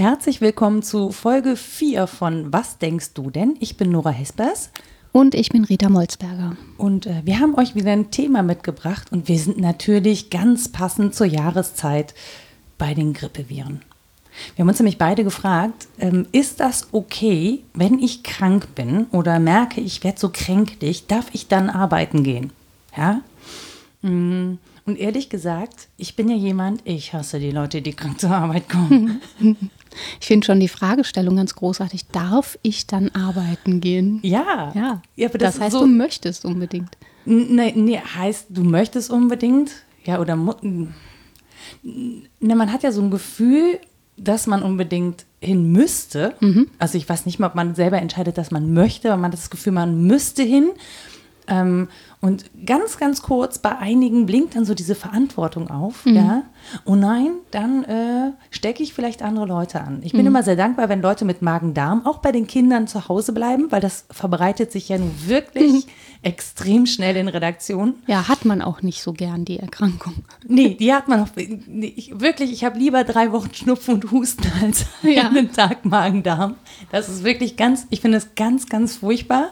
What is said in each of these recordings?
herzlich willkommen zu Folge 4 von Was denkst du denn? Ich bin Nora Hespers. Und ich bin Rita Molzberger. Und wir haben euch wieder ein Thema mitgebracht und wir sind natürlich ganz passend zur Jahreszeit bei den Grippeviren. Wir haben uns nämlich beide gefragt, ist das okay, wenn ich krank bin oder merke, ich werde so kränklich, darf ich dann arbeiten gehen? Ja? Und ehrlich gesagt, ich bin ja jemand, ich hasse die Leute, die krank zur Arbeit kommen. Ich finde schon die Fragestellung ganz großartig. Darf ich dann arbeiten gehen? Ja. Aber das heißt, so, du möchtest unbedingt. Nee, heißt, du möchtest unbedingt? Ja, oder man hat ja so ein Gefühl, dass man unbedingt hin müsste. Also ich weiß nicht mal, ob man selber entscheidet, dass man möchte, aber man hat das Gefühl, man müsste hin. Und ganz, ganz kurz, bei einigen blinkt dann so diese Verantwortung auf. Ja? Oh nein, dann stecke ich vielleicht andere Leute an. Ich bin immer sehr dankbar, wenn Leute mit Magen-Darm auch bei den Kindern zu Hause bleiben, weil das verbreitet sich ja nun wirklich extrem schnell in Redaktionen. Ja, hat man auch nicht so gern, die Erkrankung. Nee, die hat man auch. Ich habe lieber 3 Wochen Schnupfen und Husten als einen Tag Magen-Darm. Das ist wirklich ich finde es ganz, ganz furchtbar.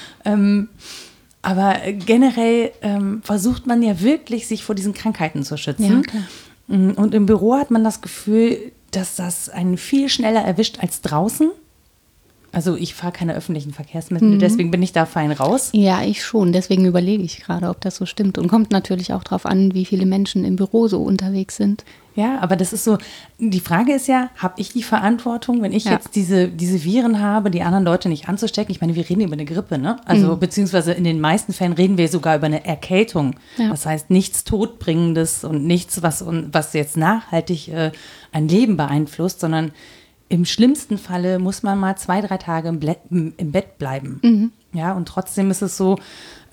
Aber generell versucht man ja wirklich, sich vor diesen Krankheiten zu schützen. Ja, klar. Und im Büro hat man das Gefühl, dass das einen viel schneller erwischt als draußen. Also ich fahre keine öffentlichen Verkehrsmittel, deswegen bin ich da fein raus. Ja, ich schon. Deswegen überlege ich gerade, ob das so stimmt. Und kommt natürlich auch darauf an, wie viele Menschen im Büro so unterwegs sind. Ja, aber das ist so, die Frage ist ja, habe ich die Verantwortung, wenn ich jetzt diese Viren habe, die anderen Leute nicht anzustecken? Ich meine, wir reden über eine Grippe, ne? Also beziehungsweise in den meisten Fällen reden wir sogar über eine Erkältung. Ja. Das heißt, nichts Todbringendes und nichts, was jetzt nachhaltig ein Leben beeinflusst, sondern im schlimmsten Falle muss man mal 2-3 Tage im Bett bleiben. Ja, und trotzdem ist es so,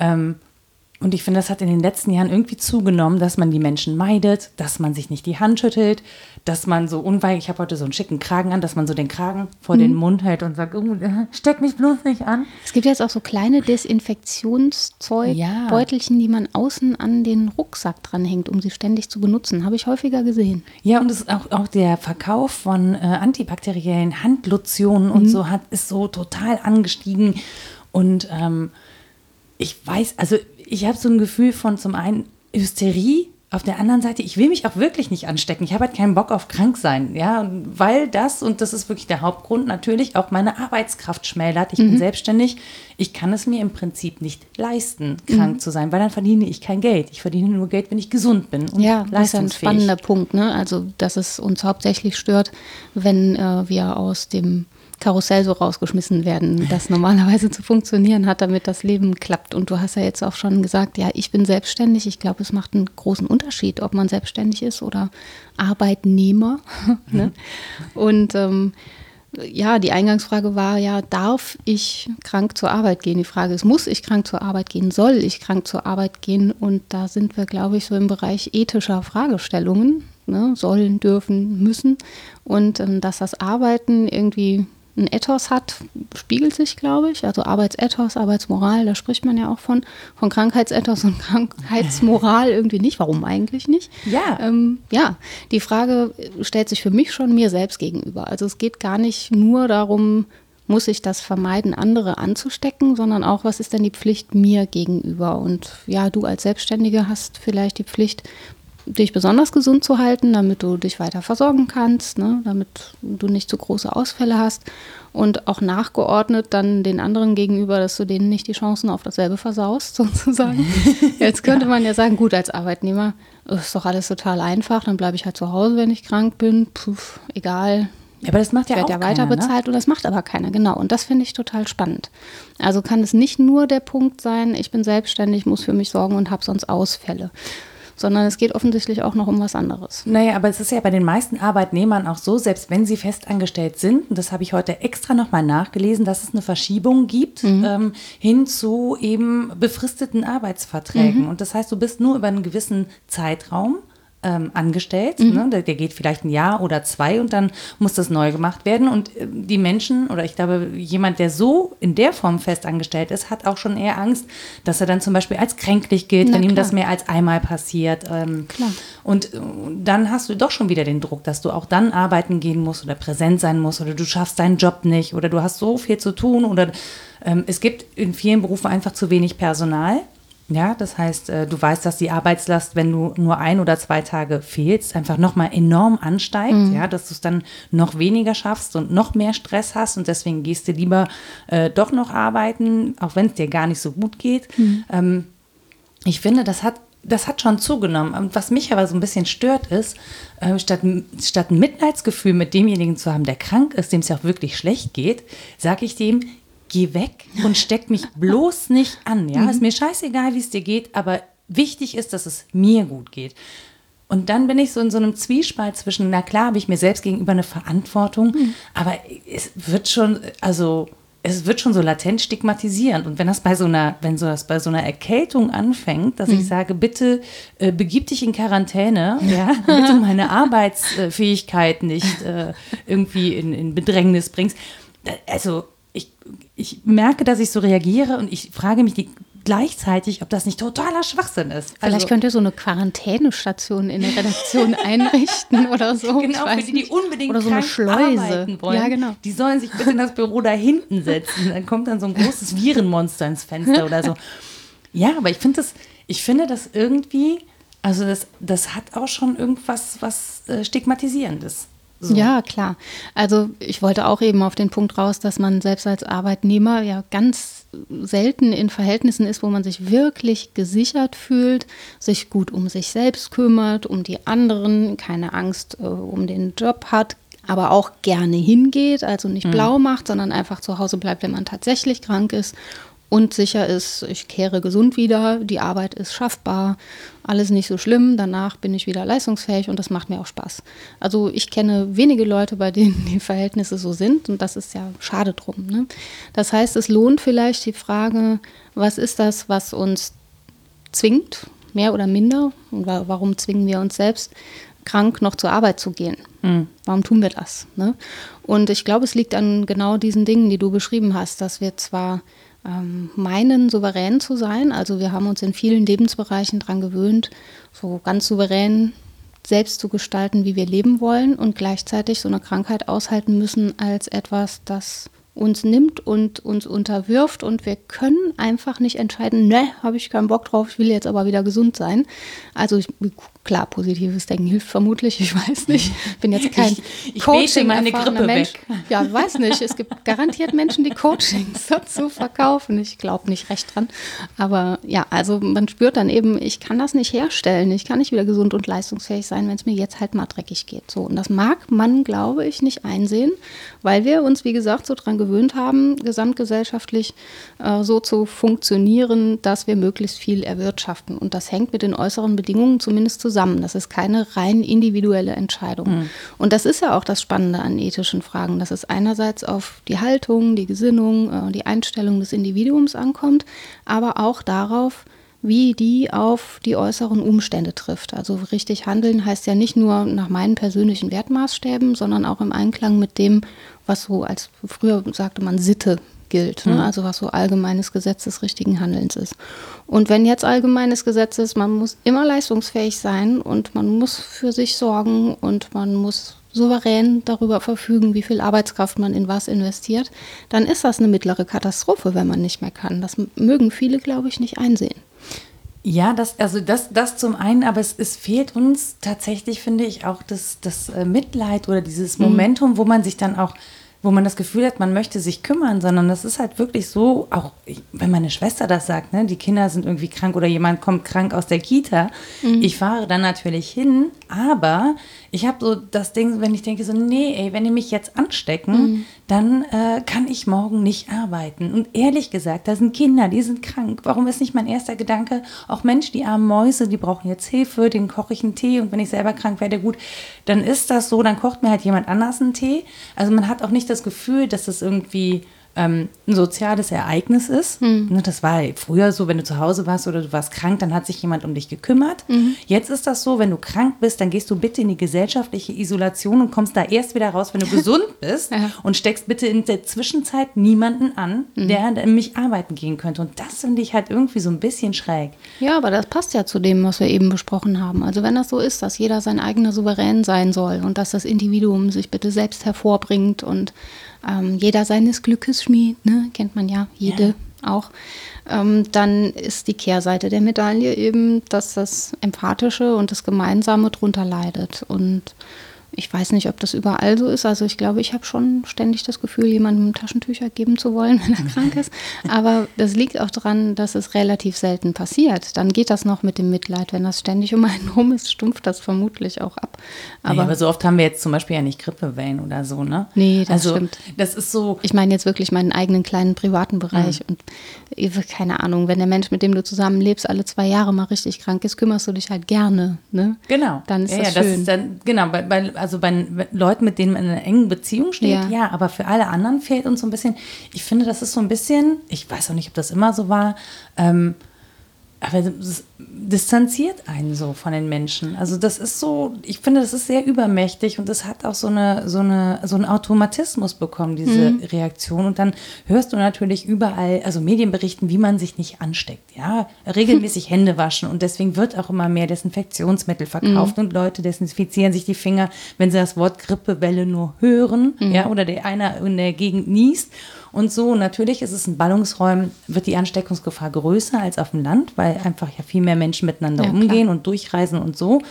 und ich finde, das hat in den letzten Jahren irgendwie zugenommen, dass man die Menschen meidet, dass man sich nicht die Hand schüttelt, dass man so unweigerlich, ich habe heute so einen schicken Kragen an, dass man so den Kragen vor den Mund hält und sagt, steck mich bloß nicht an. Es gibt jetzt auch so kleine Desinfektionsbeutelchen, die man außen an den Rucksack dranhängt, um sie ständig zu benutzen. Habe ich häufiger gesehen. Ja, und es ist auch der Verkauf von antibakteriellen Handlotionen und so ist so total angestiegen. Und ich weiß, also ich habe so ein Gefühl von zum einen Hysterie, auf der anderen Seite, ich will mich auch wirklich nicht anstecken. Ich habe halt keinen Bock auf krank sein, ja, weil das ist wirklich der Hauptgrund, natürlich auch meine Arbeitskraft schmälert. Ich bin selbstständig, ich kann es mir im Prinzip nicht leisten, krank zu sein, weil dann verdiene ich kein Geld. Ich verdiene nur Geld, wenn ich gesund bin und leistungsfähig. Das ist ein spannender Punkt, ne? Also, dass es uns hauptsächlich stört, wenn wir aus dem Karussell so rausgeschmissen werden, das normalerweise zu funktionieren hat, damit das Leben klappt. Und du hast ja jetzt auch schon gesagt, ja, ich bin selbstständig. Ich glaube, es macht einen großen Unterschied, ob man selbstständig ist oder Arbeitnehmer. Ne? Und die Eingangsfrage war ja, darf ich krank zur Arbeit gehen? Die Frage ist, muss ich krank zur Arbeit gehen? Soll ich krank zur Arbeit gehen? Und da sind wir, glaube ich, so im Bereich ethischer Fragestellungen, ne? Sollen, dürfen, müssen. Und dass das Arbeiten irgendwie ein Ethos hat, spiegelt sich, glaube ich. Also Arbeitsethos, Arbeitsmoral, da spricht man ja auch von Krankheitsethos und Krankheitsmoral irgendwie nicht. Warum eigentlich nicht? Ja. Die Frage stellt sich für mich schon mir selbst gegenüber. Also es geht gar nicht nur darum, muss ich das vermeiden, andere anzustecken, sondern auch, was ist denn die Pflicht mir gegenüber? Und ja, du als Selbstständige hast vielleicht die Pflicht, dich besonders gesund zu halten, damit du dich weiter versorgen kannst, ne? Damit du nicht zu große Ausfälle hast und auch nachgeordnet dann den anderen gegenüber, dass du denen nicht die Chancen auf dasselbe versaust, sozusagen. Jetzt könnte man ja sagen, gut, als Arbeitnehmer ist doch alles total einfach, dann bleibe ich halt zu Hause, wenn ich krank bin, egal. Ja, aber das macht ja auch keiner. Wird ja weiter bezahlt, und das macht aber keiner, genau. Und das finde ich total spannend. Also kann es nicht nur der Punkt sein, ich bin selbstständig, muss für mich sorgen und habe sonst Ausfälle, sondern es geht offensichtlich auch noch um was anderes. Naja, aber es ist ja bei den meisten Arbeitnehmern auch so, selbst wenn sie festangestellt sind, und das habe ich heute extra nochmal nachgelesen, dass es eine Verschiebung gibt hin zu eben befristeten Arbeitsverträgen. Und das heißt, du bist nur über einen gewissen Zeitraum angestellt. Ne? Der geht vielleicht 1 Jahr oder 2 und dann muss das neu gemacht werden. Und die Menschen, oder ich glaube, jemand, der so in der Form fest angestellt ist, hat auch schon eher Angst, dass er dann zum Beispiel als kränklich gilt, wenn ihm das mehr als einmal passiert. Und dann hast du doch schon wieder den Druck, dass du auch dann arbeiten gehen musst oder präsent sein musst oder du schaffst deinen Job nicht oder du hast so viel zu tun oder es gibt in vielen Berufen einfach zu wenig Personal. Ja, das heißt, du weißt, dass die Arbeitslast, wenn du nur 1 oder 2 Tage fehlst, einfach nochmal enorm ansteigt, ja, dass du es dann noch weniger schaffst und noch mehr Stress hast und deswegen gehst du lieber doch noch arbeiten, auch wenn es dir gar nicht so gut geht. Ich finde, das hat schon zugenommen. Und was mich aber so ein bisschen stört ist, statt ein Mitleidsgefühl mit demjenigen zu haben, der krank ist, dem es ja auch wirklich schlecht geht, sage ich dem, geh weg und steck mich bloß nicht an. Ja? Ist mir scheißegal, wie es dir geht, aber wichtig ist, dass es mir gut geht. Und dann bin ich so in so einem Zwiespalt zwischen, na klar, habe ich mir selbst gegenüber eine Verantwortung, aber es wird schon so latent stigmatisierend. Und wenn das bei so einer Erkältung anfängt, dass ich sage, bitte begib dich in Quarantäne, ja, damit du meine Arbeitsfähigkeit nicht irgendwie in Bedrängnis bringst. Also ich merke, dass ich so reagiere und ich frage mich gleichzeitig, ob das nicht totaler Schwachsinn ist. Vielleicht könnt ihr so eine Quarantänestation in der Redaktion einrichten oder so. Genau, für die unbedingt oder so eine Schleuse arbeiten wollen. Ja, genau. Die sollen sich bitte in das Büro da hinten setzen. Dann kommt dann so ein großes Virenmonster ins Fenster oder so. Ja, aber ich finde das irgendwie, also das hat auch schon irgendwas was Stigmatisierendes. So. Ja, klar. Also ich wollte auch eben auf den Punkt raus, dass man selbst als Arbeitnehmer ja ganz selten in Verhältnissen ist, wo man sich wirklich gesichert fühlt, sich gut um sich selbst kümmert, um die anderen, keine Angst um den Job hat, aber auch gerne hingeht, also nicht blau macht, sondern einfach zu Hause bleibt, wenn man tatsächlich krank ist. Und sicher ist, ich kehre gesund wieder, die Arbeit ist schaffbar, alles nicht so schlimm, danach bin ich wieder leistungsfähig und das macht mir auch Spaß. Also ich kenne wenige Leute, bei denen die Verhältnisse so sind und das ist ja schade drum. Ne? Das heißt, es lohnt vielleicht die Frage, was ist das, was uns zwingt, mehr oder minder, und warum zwingen wir uns selbst, krank noch zur Arbeit zu gehen? Warum tun wir das? Ne? Und ich glaube, es liegt an genau diesen Dingen, die du beschrieben hast, dass wir zwar meinen, souverän zu sein. Also wir haben uns in vielen Lebensbereichen daran gewöhnt, so ganz souverän selbst zu gestalten, wie wir leben wollen und gleichzeitig so eine Krankheit aushalten müssen als etwas, das uns nimmt und uns unterwirft und wir können einfach nicht entscheiden, ne, habe ich keinen Bock drauf, ich will jetzt aber wieder gesund sein. Also klar, positives Denken hilft vermutlich, ich weiß nicht. Ich bin jetzt kein Coaching-erfahrener Mensch. Weg. Ja, weiß nicht. Es gibt garantiert Menschen, die Coachings dazu verkaufen. Ich glaube nicht recht dran. Aber ja, also man spürt dann eben, ich kann das nicht herstellen. Ich kann nicht wieder gesund und leistungsfähig sein, wenn es mir jetzt halt mal dreckig geht. So, und das mag man, glaube ich, nicht einsehen, weil wir uns, wie gesagt, so dran gewöhnt haben, gesamtgesellschaftlich so zu funktionieren, dass wir möglichst viel erwirtschaften. Und das hängt mit den äußeren Bedingungen zumindest zusammen. Das ist keine rein individuelle Entscheidung. Und das ist ja auch das Spannende an ethischen Fragen, dass es einerseits auf die Haltung, die Gesinnung, die Einstellung des Individuums ankommt, aber auch darauf, wie die auf die äußeren Umstände trifft. Also richtig handeln heißt ja nicht nur nach meinen persönlichen Wertmaßstäben, sondern auch im Einklang mit dem, was so als früher sagte man Sitte gilt, ne? Also was so allgemeines Gesetz des richtigen Handelns ist. Und wenn jetzt allgemeines Gesetz ist, man muss immer leistungsfähig sein und man muss für sich sorgen und man muss souverän darüber verfügen, wie viel Arbeitskraft man in was investiert, dann ist das eine mittlere Katastrophe, wenn man nicht mehr kann. Das mögen viele, glaube ich, nicht einsehen. Ja, das zum einen, aber es fehlt uns tatsächlich, finde ich, auch das Mitleid oder dieses Momentum, wo man sich dann auch, wo man das Gefühl hat, man möchte sich kümmern, sondern das ist halt wirklich so, auch wenn meine Schwester das sagt, ne, die Kinder sind irgendwie krank oder jemand kommt krank aus der Kita, ich fahre dann natürlich hin, aber ich habe so das Ding, wenn ich denke so, nee, ey, wenn die mich jetzt anstecken, dann kann ich morgen nicht arbeiten. Und ehrlich gesagt, da sind Kinder, die sind krank. Warum ist nicht mein erster Gedanke, auch Mensch, die armen Mäuse, die brauchen jetzt Hilfe, denen koche ich einen Tee und wenn ich selber krank werde, gut, dann ist das so, dann kocht mir halt jemand anders einen Tee. Also man hat auch nicht das Gefühl, dass das irgendwie ein soziales Ereignis ist. Ne, das war früher so, wenn du zu Hause warst oder du warst krank, dann hat sich jemand um dich gekümmert. Jetzt ist das so, wenn du krank bist, dann gehst du bitte in die gesellschaftliche Isolation und kommst da erst wieder raus, wenn du gesund bist und steckst bitte in der Zwischenzeit niemanden an, der nämlich arbeiten gehen könnte. Und das finde ich halt irgendwie so ein bisschen schräg. Ja, aber das passt ja zu dem, was wir eben besprochen haben. Also wenn das so ist, dass jeder sein eigener Souverän sein soll und dass das Individuum sich bitte selbst hervorbringt und jeder seines Glückes Schmied, ne? Kennt man ja, jede auch, dann ist die Kehrseite der Medaille eben, dass das Empathische und das Gemeinsame drunter leidet. Und ich weiß nicht, ob das überall so ist. Also ich glaube, ich habe schon ständig das Gefühl, jemandem Taschentücher geben zu wollen, wenn er krank ist. Aber das liegt auch daran, dass es relativ selten passiert. Dann geht das noch mit dem Mitleid. Wenn das ständig um einen rum ist, stumpft das vermutlich auch ab. Aber so oft haben wir jetzt zum Beispiel ja nicht Grippewellen oder so, ne? Nee, das stimmt. Das ist so. Ich meine jetzt wirklich meinen eigenen kleinen privaten Bereich. Und keine Ahnung, wenn der Mensch, mit dem du zusammenlebst, alle 2 Jahre mal richtig krank ist, kümmerst du dich halt gerne, ne? Genau. Dann ist das schön. Das ist dann, genau, also bei Leuten, mit denen man in einer engen Beziehung steht, aber für alle anderen fehlt uns so ein bisschen, ich finde, das ist so ein bisschen, ich weiß auch nicht, ob das immer so war, aber es distanziert einen so von den Menschen. Also das ist so, ich finde, das ist sehr übermächtig und das hat auch so einen Automatismus bekommen, diese Reaktion. Und dann hörst du natürlich überall, also Medien berichten, wie man sich nicht ansteckt. Ja, regelmäßig Hände waschen und deswegen wird auch immer mehr Desinfektionsmittel verkauft und Leute desinfizieren sich die Finger, wenn sie das Wort Grippewelle nur hören, ja, oder der einer in der Gegend niest. Und so, natürlich ist es in Ballungsräumen, wird die Ansteckungsgefahr größer als auf dem Land, weil einfach ja viel mehr Menschen miteinander umgehen und durchreisen und so.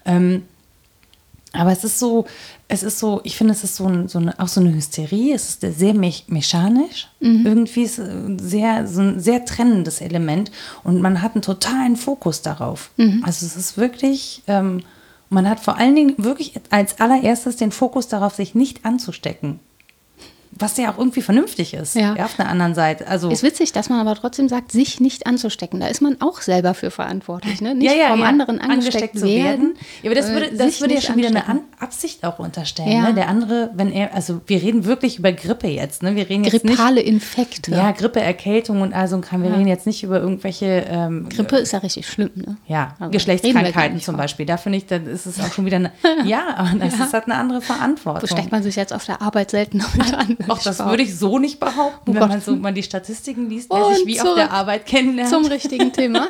Aber es ist so, ich finde, es ist auch so eine Hysterie, es ist sehr mechanisch. Irgendwie ist es so ein sehr trennendes Element und man hat einen totalen Fokus darauf. Also es ist wirklich, man hat vor allen Dingen wirklich als allererstes den Fokus darauf, sich nicht anzustecken. Was ja auch irgendwie vernünftig ist, auf der anderen Seite. Also ist witzig, dass man aber trotzdem sagt, sich nicht anzustecken. Da ist man auch selber für verantwortlich, ne? Nicht vom anderen angesteckt zu werden. Ja, aber das würde ja schon wieder eine Absicht auch unterstellen. Ja. Ne? Der andere, also wir reden wirklich über Grippe jetzt. Ne? Wir reden jetzt grippale Infekte. Ja, Grippe, Erkältung und also wir reden jetzt nicht über irgendwelche Grippe ist ja richtig schlimm, ne? Ja, also Geschlechtskrankheiten zum Beispiel. Da finde ich, dann ist es auch schon wieder aber das ist halt eine andere Verantwortung. So steckt man sich jetzt auf der Arbeit selten damit an. Auch das würde ich so nicht behaupten, wenn man so mal die Statistiken liest, wer sich wie auf der Arbeit kennenlernt. Zum richtigen Thema.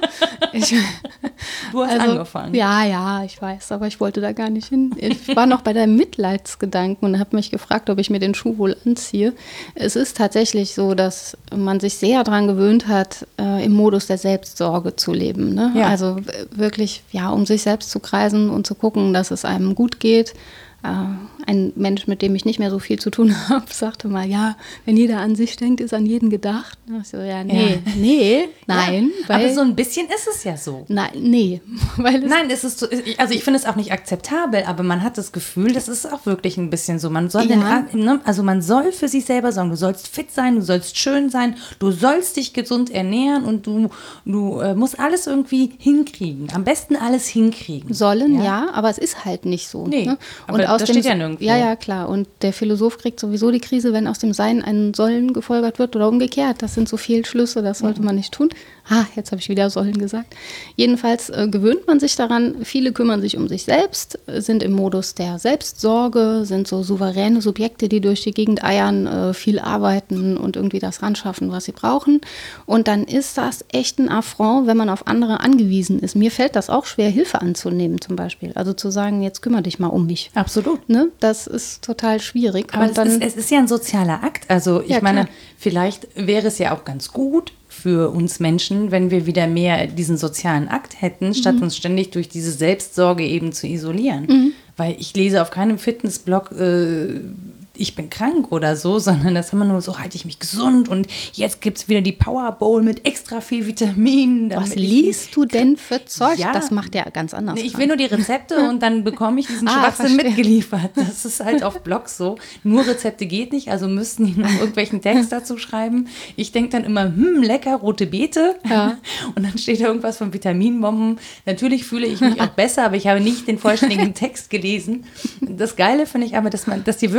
Du hast angefangen. Ja, ich weiß, aber ich wollte da gar nicht hin. Ich war noch bei deinem Mitleidsgedanken und habe mich gefragt, ob ich mir den Schuh wohl anziehe. Es ist tatsächlich so, dass man sich sehr daran gewöhnt hat, im Modus der Selbstsorge zu leben. Ne? Ja. Also wirklich, um sich selbst zu kreisen und zu gucken, dass es einem gut geht. Ein Mensch, mit dem ich nicht mehr so viel zu tun habe, sagte mal, wenn jeder an sich denkt, ist an jeden gedacht. Ich so, nein. Aber so ein bisschen ist es ja so. Nein, es ist so, also ich finde es auch nicht akzeptabel, aber man hat das Gefühl, das ist auch wirklich ein bisschen so. Man soll man soll für sich selber sorgen, du sollst fit sein, du sollst schön sein, du sollst dich gesund ernähren und du musst alles irgendwie hinkriegen. Am besten alles hinkriegen. Sollen, aber es ist halt nicht so. Nee, ne? aber das steht ja nirgendwo. Ja, klar. Und der Philosoph kriegt sowieso die Krise, wenn aus dem Sein ein Sollen gefolgert wird oder umgekehrt. Das sind so Fehlschlüsse, das sollte man nicht tun. Jetzt habe ich wieder Sollen gesagt. Jedenfalls gewöhnt man sich daran. Viele kümmern sich um sich selbst, sind im Modus der Selbstsorge, sind so souveräne Subjekte, die durch die Gegend eiern, viel arbeiten und irgendwie das ranschaffen, was sie brauchen. Und dann ist das echt ein Affront, wenn man auf andere angewiesen ist. Mir fällt das auch schwer, Hilfe anzunehmen zum Beispiel. Also zu sagen, jetzt kümmere dich mal um mich. Absolut. Ne? Das ist total schwierig. Aber es ist ja ein sozialer Akt. Also ich meine, vielleicht wäre es ja auch ganz gut für uns Menschen, wenn wir wieder mehr diesen sozialen Akt hätten, statt uns ständig durch diese Selbstsorge eben zu isolieren. Weil ich lese auf keinem Fitnessblog, ich bin krank oder so, sondern das haben wir nur so, halte ich mich gesund und jetzt gibt es wieder die Power Bowl mit extra viel Vitaminen. Was liest du denn für Zeug? Ja. Das macht ja ganz anders. Ich will nur die Rezepte und dann bekomme ich diesen Schwachsinn mitgeliefert. Das ist halt auf Blogs so. Nur Rezepte geht nicht, also müssten die noch irgendwelchen Text dazu schreiben. Ich denke dann immer, lecker, rote Beete. Ja. Und dann steht da irgendwas von Vitaminbomben. Natürlich fühle ich mich auch besser, aber ich habe nicht den vollständigen Text gelesen. Das Geile finde ich aber, dass die wirklich suggerieren,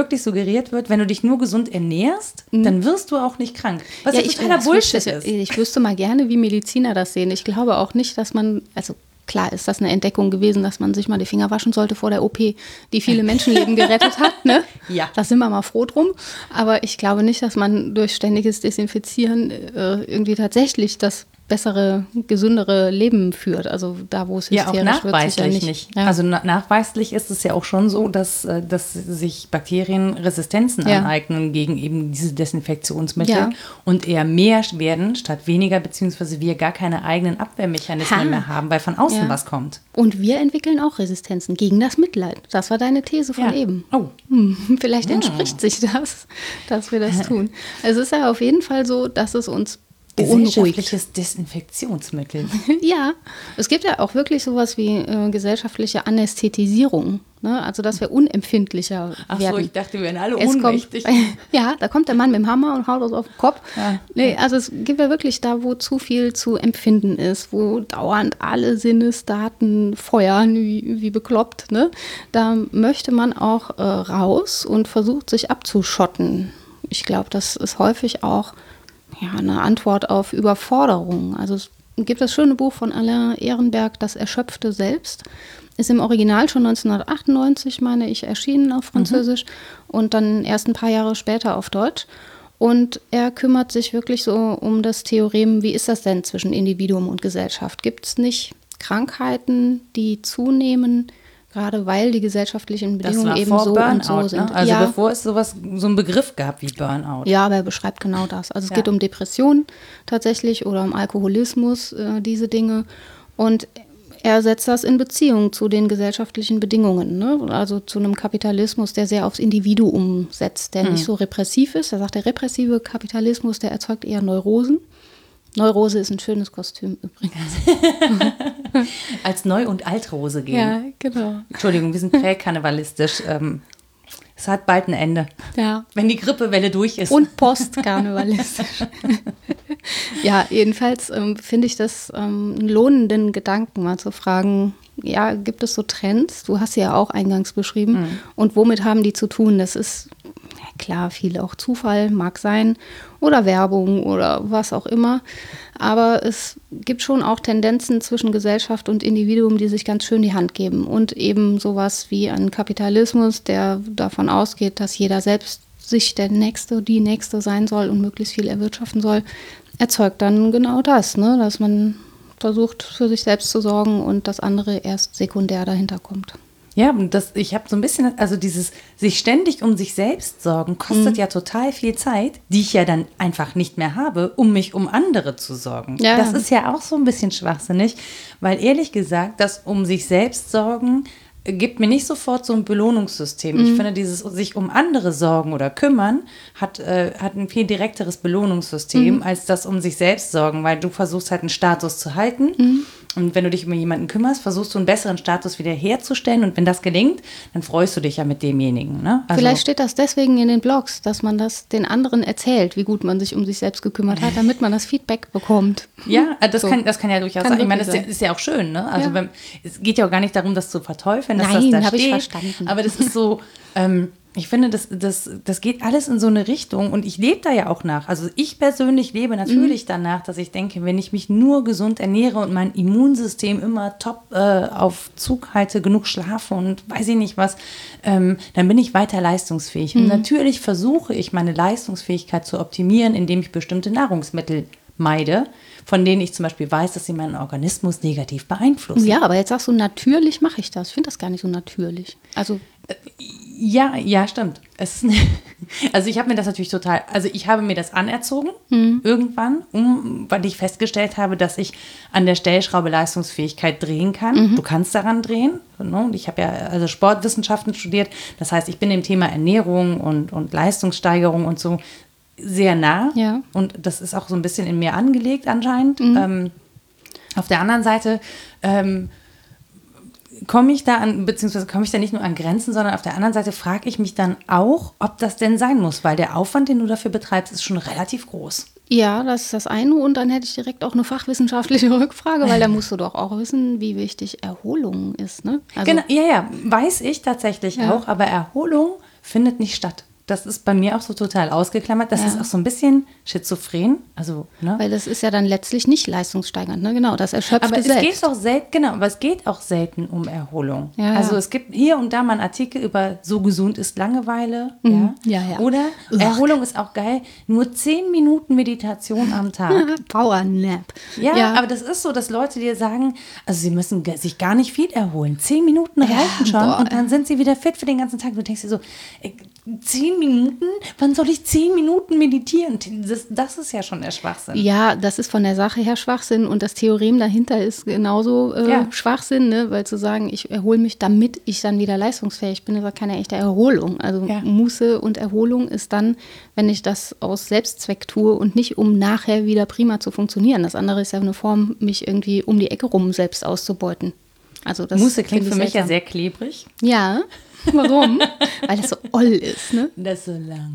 suggeriert wird, wenn du dich nur gesund ernährst, dann wirst du auch nicht krank. Was ja totaler Bullshit ist. Ich wüsste mal gerne, wie Mediziner das sehen. Ich glaube auch nicht, dass man, also klar ist das eine Entdeckung gewesen, dass man sich mal die Finger waschen sollte vor der OP, die viele Menschenleben gerettet hat. Ne? Ja. Da sind wir mal froh drum. Aber ich glaube nicht, dass man durch ständiges Desinfizieren irgendwie tatsächlich das bessere, gesündere Leben führt. Also da, wo es hysterisch wird. Ja, auch nachweislich nicht. Ja. Also nachweislich ist es ja auch schon so, dass sich Bakterien Resistenzen aneignen gegen eben diese Desinfektionsmittel und eher mehr werden statt weniger, beziehungsweise wir gar keine eigenen Abwehrmechanismen mehr haben, weil von außen was kommt. Und wir entwickeln auch Resistenzen gegen das Mitleid. Das war deine These von eben. Oh. Vielleicht entspricht sich das, dass wir das tun. Also es ist ja auf jeden Fall so, dass es uns gesellschaftliches Desinfektionsmittel. Ja, es gibt ja auch wirklich sowas wie gesellschaftliche Anästhetisierung. Ne? Also, dass wir unempfindlicher werden. Ach so, ich dachte, wir wären alle ohnmächtig. Ja, da kommt der Mann mit dem Hammer und haut uns auf den Kopf. Ja. Nee, also es gibt ja wirklich da, wo zu viel zu empfinden ist, wo dauernd alle Sinnesdaten feuern, wie bekloppt. Ne? Da möchte man auch raus und versucht, sich abzuschotten. Ich glaube, das ist häufig auch eine Antwort auf Überforderung. Also es gibt das schöne Buch von Alain Ehrenberg, Das erschöpfte Selbst. Ist im Original schon 1998, meine ich, erschienen auf Französisch und dann erst ein paar Jahre später auf Deutsch. Und er kümmert sich wirklich so um das Theorem, wie ist das denn zwischen Individuum und Gesellschaft? Gibt es nicht Krankheiten, die zunehmen, gerade weil die gesellschaftlichen Bedingungen eben so Burnout, und so sind? Ne? Also bevor es so einen Begriff gab wie Burnout. Ja, aber er beschreibt genau das. Also es geht um Depressionen tatsächlich oder um Alkoholismus, diese Dinge. Und er setzt das in Beziehung zu den gesellschaftlichen Bedingungen, ne? Also zu einem Kapitalismus, der sehr aufs Individuum setzt, der nicht so repressiv ist. Er sagt, der repressive Kapitalismus, der erzeugt eher Neurosen. Neurose ist ein schönes Kostüm übrigens. Als Neu- und Altrose gehen. Ja, genau. Entschuldigung, wir sind präkarnevalistisch. Es hat bald ein Ende. Ja. Wenn die Grippewelle durch ist. Und postkarnevalistisch. Ja, jedenfalls finde ich das einen lohnenden Gedanken, mal zu fragen, ja, gibt es so Trends? Du hast sie ja auch eingangs beschrieben. Und womit haben die zu tun? Das ist, ja klar, viel auch Zufall, mag sein, oder Werbung oder was auch immer. Aber es gibt schon auch Tendenzen zwischen Gesellschaft und Individuum, die sich ganz schön die Hand geben. Und eben sowas wie ein Kapitalismus, der davon ausgeht, dass jeder selbst sich der Nächste, die Nächste sein soll und möglichst viel erwirtschaften soll, erzeugt dann genau das, ne? Dass man versucht, für sich selbst zu sorgen und das andere erst sekundär dahinter kommt. Ja, und ich habe so ein bisschen, also dieses sich ständig um sich selbst sorgen, kostet ja total viel Zeit, die ich ja dann einfach nicht mehr habe, um mich um andere zu sorgen. Ja. Das ist ja auch so ein bisschen schwachsinnig, weil ehrlich gesagt, das um sich selbst sorgen gibt mir nicht sofort so ein Belohnungssystem. Ich finde, dieses sich um andere sorgen oder kümmern hat ein viel direkteres Belohnungssystem als das um sich selbst sorgen, weil du versuchst halt einen Status zu halten. Und wenn du dich um jemanden kümmerst, versuchst du einen besseren Status wieder herzustellen. Und wenn das gelingt, dann freust du dich ja mit demjenigen. Ne? Also vielleicht steht das deswegen in den Blogs, dass man das den anderen erzählt, wie gut man sich um sich selbst gekümmert hat, damit man das Feedback bekommt. Ja, das kann ja durchaus sein. Ich meine, das sein. ist ja auch schön. Ne? Also es geht ja auch gar nicht darum, das zu verteufeln, dass Nein, das da habe ich steht. verstanden. Aber das ist so, ich finde, das geht alles in so eine Richtung und ich lebe da ja auch nach. Also ich persönlich lebe natürlich danach, dass ich denke, wenn ich mich nur gesund ernähre und mein Immunsystem immer top auf Zug halte, genug schlafe und weiß ich nicht was, dann bin ich weiter leistungsfähig. Und natürlich versuche ich, meine Leistungsfähigkeit zu optimieren, indem ich bestimmte Nahrungsmittel meide, von denen ich zum Beispiel weiß, dass sie meinen Organismus negativ beeinflussen. Ja, aber jetzt sagst du, natürlich mache ich das. Ich finde das gar nicht so natürlich. Also Ja, stimmt. Also ich habe mir das natürlich ich habe mir das anerzogen irgendwann, weil ich festgestellt habe, dass ich an der Stellschraube Leistungsfähigkeit drehen kann. Du kannst daran drehen. Ne? Ich habe ja also Sportwissenschaften studiert. Das heißt, ich bin dem Thema Ernährung und Leistungssteigerung und so sehr nah. Ja. Und das ist auch so ein bisschen in mir angelegt anscheinend. Auf der anderen Seite komme ich da nicht nur an Grenzen, sondern auf der anderen Seite frage ich mich dann auch, ob das denn sein muss, weil der Aufwand, den du dafür betreibst, ist schon relativ groß. ja, das ist das eine. Und dann hätte ich direkt auch eine fachwissenschaftliche Rückfrage, weil da musst du doch auch wissen, wie wichtig Erholung ist. Ne? Also, Genau, ja, weiß ich tatsächlich auch, aber Erholung findet nicht statt. das ist bei mir auch so total ausgeklammert. Das ist auch so ein bisschen schizophren. Also, ne? Weil das ist ja dann letztlich nicht leistungssteigernd, ne? Genau, das erschöpft aber selbst. Aber es geht auch selten um Erholung. Ja, also ja. es gibt hier und da mal einen Artikel über so gesund ist Langeweile. Ja, ja. Oder Erholung ist auch geil, nur 10 Minuten Meditation am Tag. Powernap. Ja, aber das ist so, dass Leute dir sagen, also sie müssen sich gar nicht viel erholen. 10 Minuten reichen schon und dann sind sie wieder fit für den ganzen Tag. Du denkst dir so, 10 Minuten? Wann soll ich 10 Minuten meditieren? Das ist ja schon der Schwachsinn. Ja, das ist von der Sache her Schwachsinn und das Theorem dahinter ist genauso Schwachsinn, ne? Weil zu sagen, ich erhole mich, damit ich dann wieder leistungsfähig bin, ist ja keine echte Erholung. Also Muße und Erholung ist dann, wenn ich das aus Selbstzweck tue und nicht, um nachher wieder prima zu funktionieren. Das andere ist ja eine Form, mich irgendwie um die Ecke rum selbst auszubeuten. Also das Muße klingt für mich ja sehr klebrig. Ja, warum? Weil das so oll ist, ne? Das ist so langsam.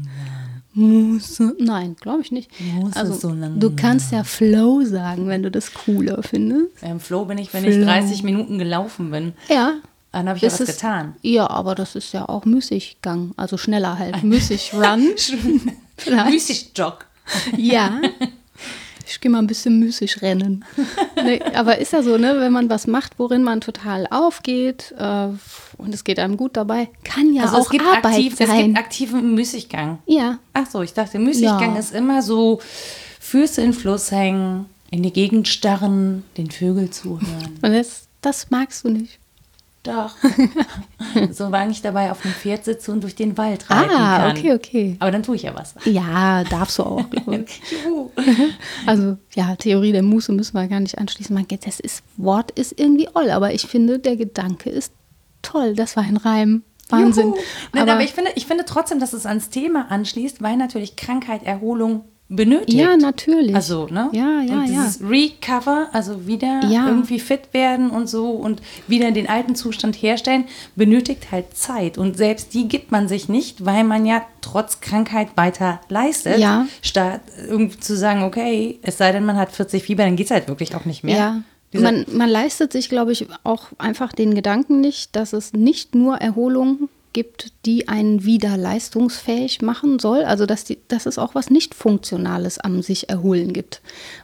Muße. Nein, glaube ich nicht. Muße also, so langsam. Du kannst ja Flow sagen, wenn du das cooler findest. Im Flow bin ich, wenn ich 30 Minuten gelaufen bin. Ja. Dann habe ich ja was getan. Ja, aber das ist ja auch Müßiggang, also schneller halt. Müßig-Run. Müßig-Jog. Ja. Ich gehe mal ein bisschen müßig rennen. Nee, aber ist ja so, ne, wenn man was macht, worin man total aufgeht und es geht einem gut dabei, kann ja also auch Arbeit sein. Es gibt aktiven Müßiggang. Ja. Ach so, ich dachte, Müßiggang ist immer so Füße in Fluss hängen, in die Gegend starren, den Vögeln zuhören. Und das magst du nicht. Doch. So, weil ich dabei auf dem Pferd sitze und durch den Wald reiten kann. Okay. Aber dann tue ich ja was. Ja, darfst du auch, glaube ich. Also, ja, Theorie der Muße müssen wir gar nicht anschließen. Wort ist irgendwie oll, aber ich finde, der Gedanke ist toll. Das war ein Reim. Wahnsinn. Nein, aber ich finde trotzdem, dass es ans Thema anschließt, weil natürlich Krankheit, Erholung benötigt. Ja, natürlich. Also, ne? Ja. Und dieses Recover, also wieder irgendwie fit werden und so und wieder den alten Zustand herstellen, benötigt halt Zeit. Und selbst die gibt man sich nicht, weil man ja trotz Krankheit weiter leistet. Ja. Statt irgendwie zu sagen, okay, es sei denn, man hat 40 Fieber, dann geht es halt wirklich auch nicht mehr. Ja. Man leistet sich, glaube ich, auch einfach den Gedanken nicht, dass es nicht nur Erholung gibt, die einen wieder leistungsfähig machen soll. Also dass es auch was nicht Funktionales am sich erholen gibt.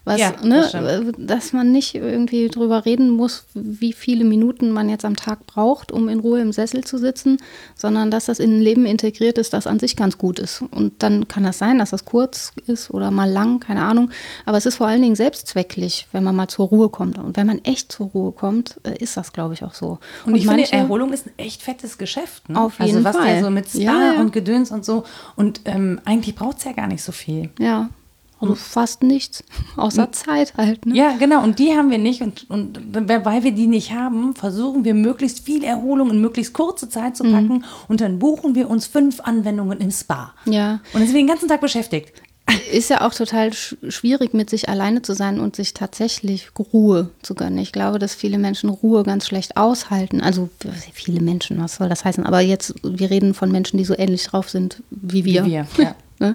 Dass man nicht irgendwie drüber reden muss, wie viele Minuten man jetzt am Tag braucht, um in Ruhe im Sessel zu sitzen, sondern dass das in ein Leben integriert ist, das an sich ganz gut ist. Und dann kann das sein, dass das kurz ist oder mal lang, keine Ahnung. Aber es ist vor allen Dingen selbstzwecklich, wenn man mal zur Ruhe kommt. Und wenn man echt zur Ruhe kommt, ist das, glaube ich, auch so. Und ich finde, Erholung ist ein echt fettes Geschäft. Ne? Auf jeden was Fall. Der so mit Spa und Gedöns und so. Und eigentlich braucht es ja gar nicht so viel. Ja, also fast nichts, außer Zeit halt. Ne? Ja, genau. Und die haben wir nicht. Und weil wir die nicht haben, versuchen wir möglichst viel Erholung in möglichst kurze Zeit zu packen. Und dann buchen wir uns 5 Anwendungen im Spa. Ja. Und dann sind wir den ganzen Tag beschäftigt. Ist ja auch total schwierig, mit sich alleine zu sein und sich tatsächlich Ruhe zu gönnen. Ich glaube, dass viele Menschen Ruhe ganz schlecht aushalten. Also viele Menschen, was soll das heißen? Aber jetzt, wir reden von Menschen, die so ähnlich drauf sind wie wir. Ja. Ne?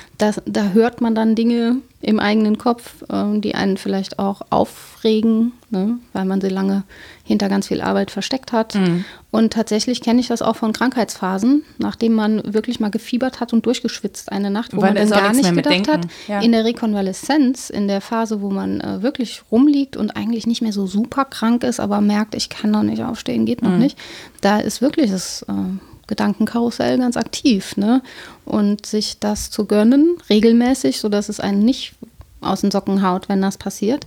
Da hört man dann Dinge im eigenen Kopf, die einen vielleicht auch aufregen, ne? Weil man sie lange hinter ganz viel Arbeit versteckt hat. Mhm. Und tatsächlich kenne ich das auch von Krankheitsphasen, nachdem man wirklich mal gefiebert hat und durchgeschwitzt eine Nacht, wo man dann gar nicht gedacht hat. Ja. In der Rekonvaleszenz, in der Phase, wo man wirklich rumliegt und eigentlich nicht mehr so super krank ist, aber merkt, ich kann noch nicht aufstehen, geht noch nicht, da ist wirklich das Gedankenkarussell ganz aktiv, ne? Und sich das zu gönnen, regelmäßig, sodass es einen nicht aus den Socken haut, wenn das passiert,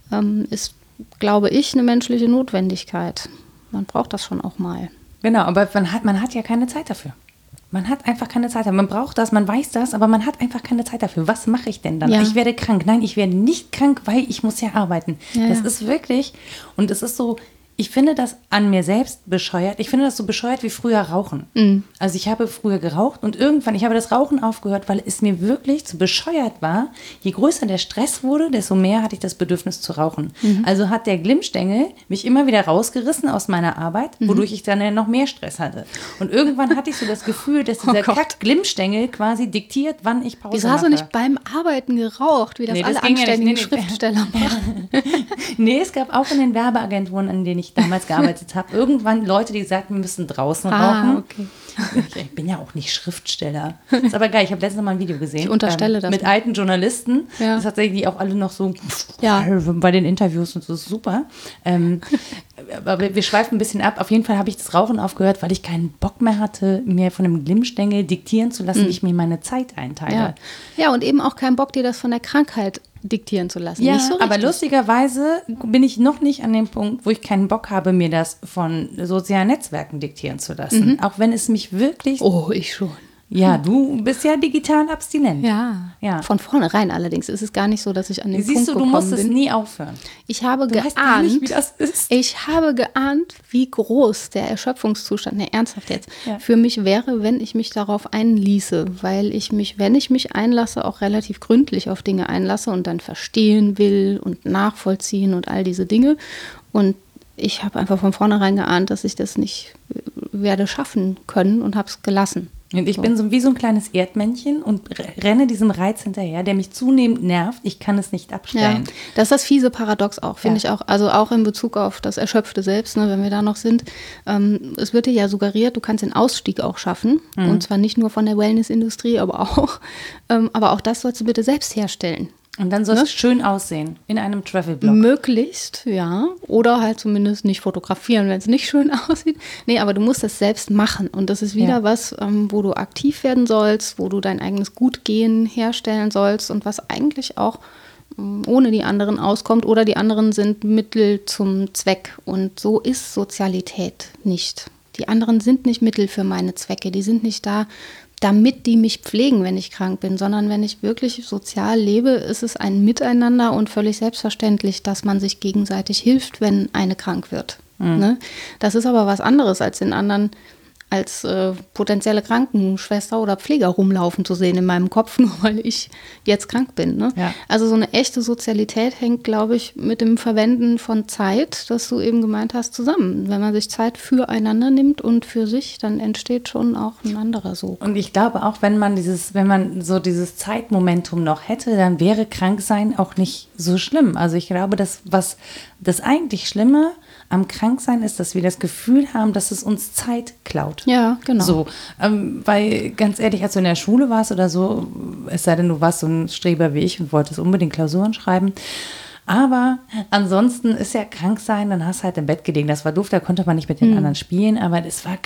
ist, glaube ich, eine menschliche Notwendigkeit. Man braucht das schon auch mal. Genau, aber man hat ja keine Zeit dafür. Man hat einfach keine Zeit dafür. Man braucht das, man weiß das, aber man hat einfach keine Zeit dafür. Was mache ich denn dann? Ja. Ich werde krank. Nein, ich werde nicht krank, weil ich muss ja arbeiten. Ja, das ist wirklich, und es ist so, ich finde das an mir selbst bescheuert. Ich finde das so bescheuert wie früher Rauchen. Mhm. Also ich habe früher geraucht und irgendwann, ich habe das Rauchen aufgehört, weil es mir wirklich zu bescheuert war. Je größer der Stress wurde, desto mehr hatte ich das Bedürfnis zu rauchen. Mhm. Also hat der Glimmstängel mich immer wieder rausgerissen aus meiner Arbeit, wodurch ich dann ja noch mehr Stress hatte. Und irgendwann hatte ich so das Gefühl, dass dieser Kack-Glimmstängel quasi diktiert, wann ich Pause mache. Wieso hast du nicht beim Arbeiten geraucht, wie das alle anständigen Schriftsteller machen? Nee, es gab auch in den Werbeagenturen, an denen ich ich damals gearbeitet habe, irgendwann Leute, die gesagt haben, wir müssen draußen rauchen. Okay. Ich bin ja auch nicht Schriftsteller. Ist aber geil, ich habe letztens mal ein Video gesehen. Ich unterstelle das. Mit alten Journalisten. Ja. Das tatsächlich die auch alle noch so Ja. bei den Interviews und so, ist super. Aber wir schweifen ein bisschen ab. Auf jeden Fall habe ich das Rauchen aufgehört, weil ich keinen Bock mehr hatte, mir von einem Glimmstängel diktieren zu lassen, wie ich mir meine Zeit einteile. Ja, und eben auch keinen Bock, dir das von der Krankheit diktieren zu lassen. Ja, nicht so aber richtig. lustigerweise bin ich noch nicht an dem Punkt, wo ich keinen Bock habe, mir das von sozialen Netzwerken diktieren zu lassen. Auch wenn es mich wirklich... Oh, ich schon. Ja, du bist ja digital abstinent. Ja. Von vornherein allerdings ist es gar nicht so, dass ich an den Siehst Punkt du, gekommen musst bin. es nie aufhören. Ich habe Du weißt gar nicht, wie geahnt, das ist. ich habe geahnt, wie groß der Erschöpfungszustand, ernsthaft jetzt, Ja. für mich wäre, wenn ich mich darauf einließe, weil ich mich, wenn ich mich einlasse, auch relativ gründlich auf Dinge einlasse und dann verstehen will und nachvollziehen und all diese Dinge. Und ich habe einfach von vornherein geahnt, dass ich das nicht werde schaffen können und habe es gelassen. Und ich bin so wie so ein kleines Erdmännchen und renne diesem Reiz hinterher, der mich zunehmend nervt. Ich kann es nicht Ja, abstellen. das ist das fiese Paradox auch, finde Ja. ich auch. Also auch in Bezug auf das Erschöpfte selbst, ne, wenn wir da noch sind. Es wird dir ja suggeriert, du kannst den Ausstieg auch schaffen. Und zwar nicht nur von der Wellnessindustrie, aber auch. Aber auch das sollst du bitte selbst herstellen. Und dann soll es schön aussehen in einem Travel-Blog. Möglichst, ja. Oder halt zumindest nicht fotografieren, wenn es nicht schön aussieht. Nee, aber du musst es selbst machen. Und das ist wieder was, wo du aktiv werden sollst, wo du dein eigenes Gutgehen herstellen sollst und was eigentlich auch ohne die anderen auskommt oder die anderen sind Mittel zum Zweck. Und so ist Sozialität nicht. Die anderen sind nicht Mittel für meine Zwecke. Die sind nicht da, damit die mich pflegen, wenn ich krank bin, sondern wenn ich wirklich sozial lebe, ist es ein Miteinander und völlig selbstverständlich, dass man sich gegenseitig hilft, wenn eine krank wird. Ne? Das ist aber was anderes, als den anderen als potenzielle Krankenschwester oder Pfleger rumlaufen zu sehen in meinem Kopf, nur weil ich jetzt krank bin. Ne? Ja. Also so eine echte Sozialität hängt, glaube ich, mit dem Verwenden von Zeit, das du eben gemeint hast, zusammen. Wenn man sich Zeit füreinander nimmt und für sich, dann entsteht schon auch ein anderer Sog. Und ich glaube auch, wenn man so dieses Zeitmomentum noch hätte, dann wäre Kranksein auch nicht so schlimm. Also ich glaube, das eigentlich Schlimme am Kranksein ist, dass wir das Gefühl haben, dass es uns Zeit klaut. Ja, genau. So, weil ganz ehrlich, als du in der Schule warst oder so, es sei denn, du warst so ein Streber wie ich und wolltest unbedingt Klausuren schreiben. Aber ansonsten ist ja krank sein, dann hast du halt im Bett gelegen. Das war doof, da konnte man nicht mit den anderen spielen, aber es war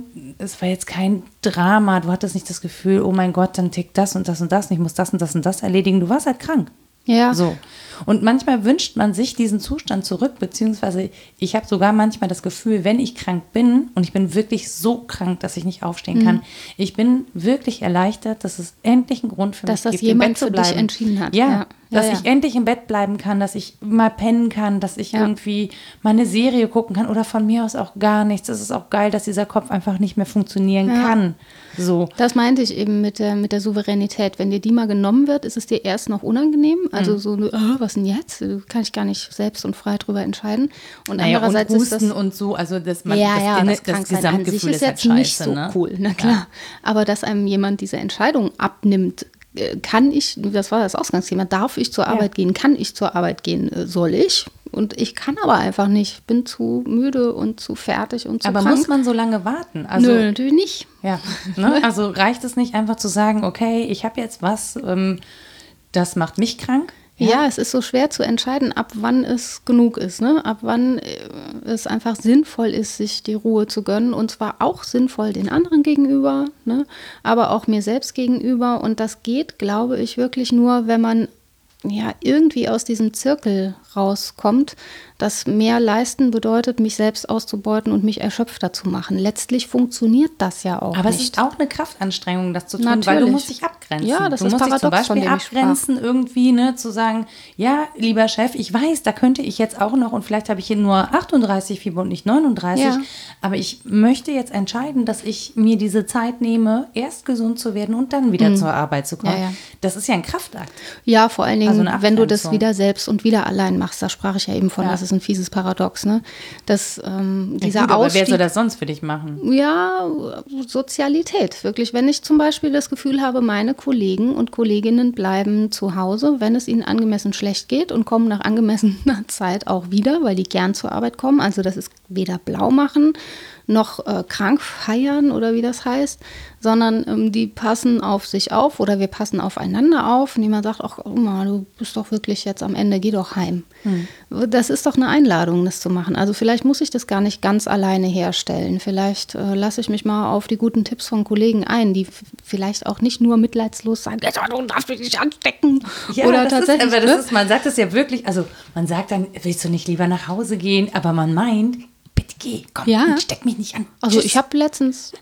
jetzt kein Drama. Du hattest nicht das Gefühl, oh mein Gott, dann tickt das und das und das und ich muss das und das und das erledigen. Du warst halt krank. Ja. So. Und manchmal wünscht man sich diesen Zustand zurück, beziehungsweise ich habe sogar manchmal das Gefühl, wenn ich krank bin und ich bin wirklich so krank, dass ich nicht aufstehen kann, ich bin wirklich erleichtert, dass es endlich einen Grund für Dass mich das gibt, im Bett jemand zu für dich bleiben. entschieden hat. Ja, Ja. dass Ja, ich ja. endlich im Bett bleiben kann, dass ich mal pennen kann, dass ich irgendwie meine Serie gucken kann oder von mir aus auch gar nichts. Es ist auch geil, dass dieser Kopf einfach nicht mehr funktionieren kann. So. Das meinte ich eben mit der Souveränität. Wenn dir die mal genommen wird, ist es dir erst noch unangenehm. Also so, was denn jetzt? Kann ich gar nicht selbst und frei drüber entscheiden. Und andererseits und ist das... Husten und so, also das Das Kranksein Kranksein an sich ist jetzt nicht so cool, na klar. Aber dass einem jemand diese Entscheidung abnimmt, das war das Ausgangsthema, darf ich zur Arbeit gehen, kann ich zur Arbeit gehen, soll ich? Und ich kann aber einfach nicht, bin zu müde und zu fertig und zu Aber krank. muss man so lange warten? Also, Nö, natürlich nicht. Ja, ne? Also reicht es nicht einfach zu sagen, okay, ich habe jetzt was, das macht mich krank? Ja, es ist so schwer zu entscheiden, ab wann es genug ist, ne? Ab wann es einfach sinnvoll ist, sich die Ruhe zu gönnen und zwar auch sinnvoll den anderen gegenüber, ne? Aber auch mir selbst gegenüber und das geht, glaube ich, wirklich nur, wenn man ja irgendwie aus diesem Zirkel rauskommt, dass mehr leisten bedeutet, mich selbst auszubeuten und mich erschöpfter zu machen. Letztlich funktioniert das ja auch Aber nicht. es ist auch eine Kraftanstrengung, das zu tun, weil du Natürlich. musst dich abgrenzen. Ja, das du ist musst dich zum paradox, von Beispiel dem ich sprach. abgrenzen irgendwie, ne, zu sagen, ja, lieber Chef, ich weiß, da könnte ich jetzt auch noch und vielleicht habe ich hier nur 38 Fieber und nicht 39, Ja. aber ich möchte jetzt entscheiden, dass ich mir diese Zeit nehme, erst gesund zu werden und dann wieder zur Arbeit zu kommen. Ja, ja. Das ist ja ein Kraftakt. Ja, vor allen Dingen, Also eine wenn du das Abgrenzung. wieder selbst und wieder allein machst. Da sprach ich ja eben von, das ist ein fieses Paradox, ne? Dass dieser gut, aber Ausstieg, wer soll das sonst für dich machen? ja, Sozialität, wirklich. Wenn ich zum Beispiel das Gefühl habe, meine Kollegen und Kolleginnen bleiben zu Hause, wenn es ihnen angemessen schlecht geht und kommen nach angemessener Zeit auch wieder, weil die gern zur Arbeit kommen. Also das ist weder blau machen noch krank feiern oder wie das heißt, sondern die passen auf sich auf oder wir passen aufeinander auf. Und jemand sagt, ach, Oma, du bist doch wirklich jetzt am Ende, geh doch heim. Das ist doch eine Einladung, das zu machen. Also vielleicht muss ich das gar nicht ganz alleine herstellen. Vielleicht lasse ich mich mal auf die guten Tipps von Kollegen ein, die vielleicht auch nicht nur mitleidslos sagen, du darfst mich nicht anstecken. Ja, oder das tatsächlich. ist, aber das ist, man sagt es ja wirklich, also man sagt dann, willst du nicht lieber nach Hause gehen? Aber man meint, bitte geh, komm, steck mich nicht an. Also Tschüss. ich habe letztens,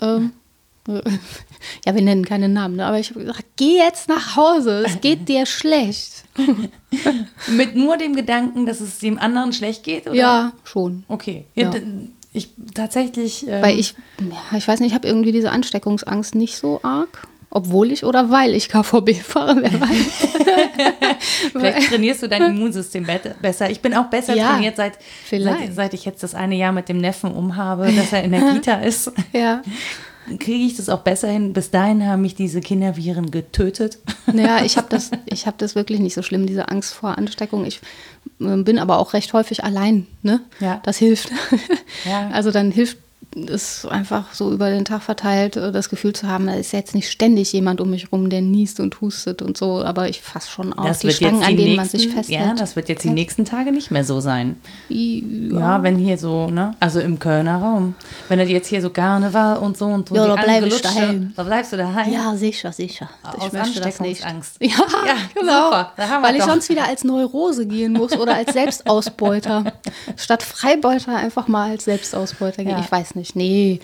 ja, wir nennen keine Namen, ne? Aber ich habe gesagt, geh jetzt nach Hause, es geht dir schlecht. Mit nur dem Gedanken, dass es dem anderen schlecht geht? Oder? Ja, schon. Okay. Ja. Ich tatsächlich. Weil ich weiß nicht, ich habe irgendwie diese Ansteckungsangst nicht so arg. Obwohl ich oder weil ich KVB fahre, wer weiß. Vielleicht trainierst du dein Immunsystem besser. Ich bin auch besser trainiert, seit ich jetzt das eine Jahr mit dem Neffen umhabe, dass er in der Kita ist. Ja. Kriege ich das auch besser hin. Bis dahin haben mich diese Kinderviren getötet. Naja, ich hab das wirklich nicht so schlimm, diese Angst vor Ansteckung. Ich bin aber auch recht häufig allein. Ne? Ja. Das hilft. Ja. Also dann hilft es einfach so über den Tag verteilt, das Gefühl zu haben, da ist jetzt nicht ständig jemand um mich rum, der niest und hustet und so, aber ich fasse schon auf die Stangen, an denen man sich festhält. Ja, das wird jetzt die nächsten Tage nicht mehr so sein. Ja, wenn hier so, ne, also im Kölner Raum, wenn das jetzt hier so Karneval und so ja, da bleibe ich daheim. Da bleibst du daheim? Ja, sicher. Aus Ansteckungsangst. Ja, genau. Super, weil ich sonst wieder als Neurose gehen muss oder als Selbstausbeuter. Statt Freibeuter einfach mal als Selbstausbeuter gehen. Ja. Ich weiß nicht. Nee,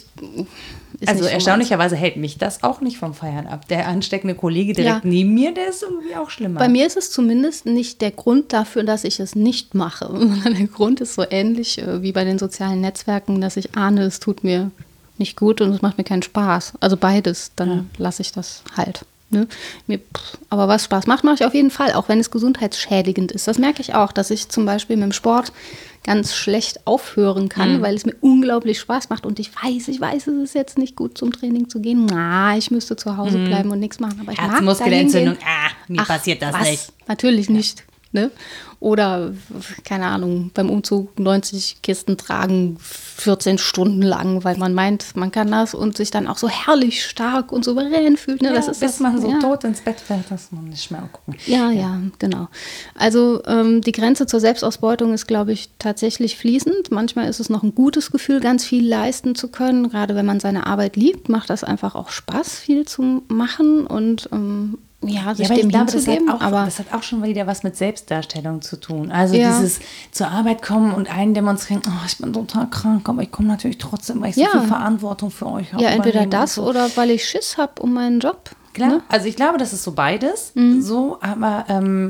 also erstaunlicherweise hält mich das auch nicht vom Feiern ab. Der ansteckende Kollege direkt neben mir, der ist irgendwie auch schlimmer. Bei mir ist es zumindest nicht der Grund dafür, dass ich es nicht mache. Der Grund ist so ähnlich wie bei den sozialen Netzwerken, dass ich ahne, es tut mir nicht gut und es macht mir keinen Spaß. Also beides, dann lasse ich das halt. Ne? Aber was Spaß macht, mache ich auf jeden Fall, auch wenn es gesundheitsschädigend ist. Das merke ich auch, dass ich zum Beispiel mit dem Sport ganz schlecht aufhören kann, weil es mir unglaublich Spaß macht und ich weiß, es ist jetzt nicht gut zum Training zu gehen. Ich müsste zu Hause bleiben und nichts machen. Aber ich Herzmuskelentzündung, mir passiert das nicht. Natürlich nicht. Ne? Oder, keine Ahnung, beim Umzug 90 Kisten tragen 14 Stunden lang, weil man meint, man kann das und sich dann auch so herrlich stark und souverän fühlt. Ne? Ja, das ist bis man so tot ins Bett fällt, dass man nicht mehr gucken. Ja, genau. Also die Grenze zur Selbstausbeutung ist, glaube ich, tatsächlich fließend. Manchmal ist es noch ein gutes Gefühl, ganz viel leisten zu können. Gerade wenn man seine Arbeit liebt, macht das einfach auch Spaß, viel zu machen und sich dem hinzugeben. Das hat auch schon wieder was mit Selbstdarstellung zu tun. Also dieses zur Arbeit kommen und einen demonstrieren, ich bin total krank, aber ich komme natürlich trotzdem, weil ich so viel Verantwortung für euch habe. Ja, entweder das oder weil ich Schiss habe um meinen Job. Klar, ne? Also ich glaube, das ist so beides. So, aber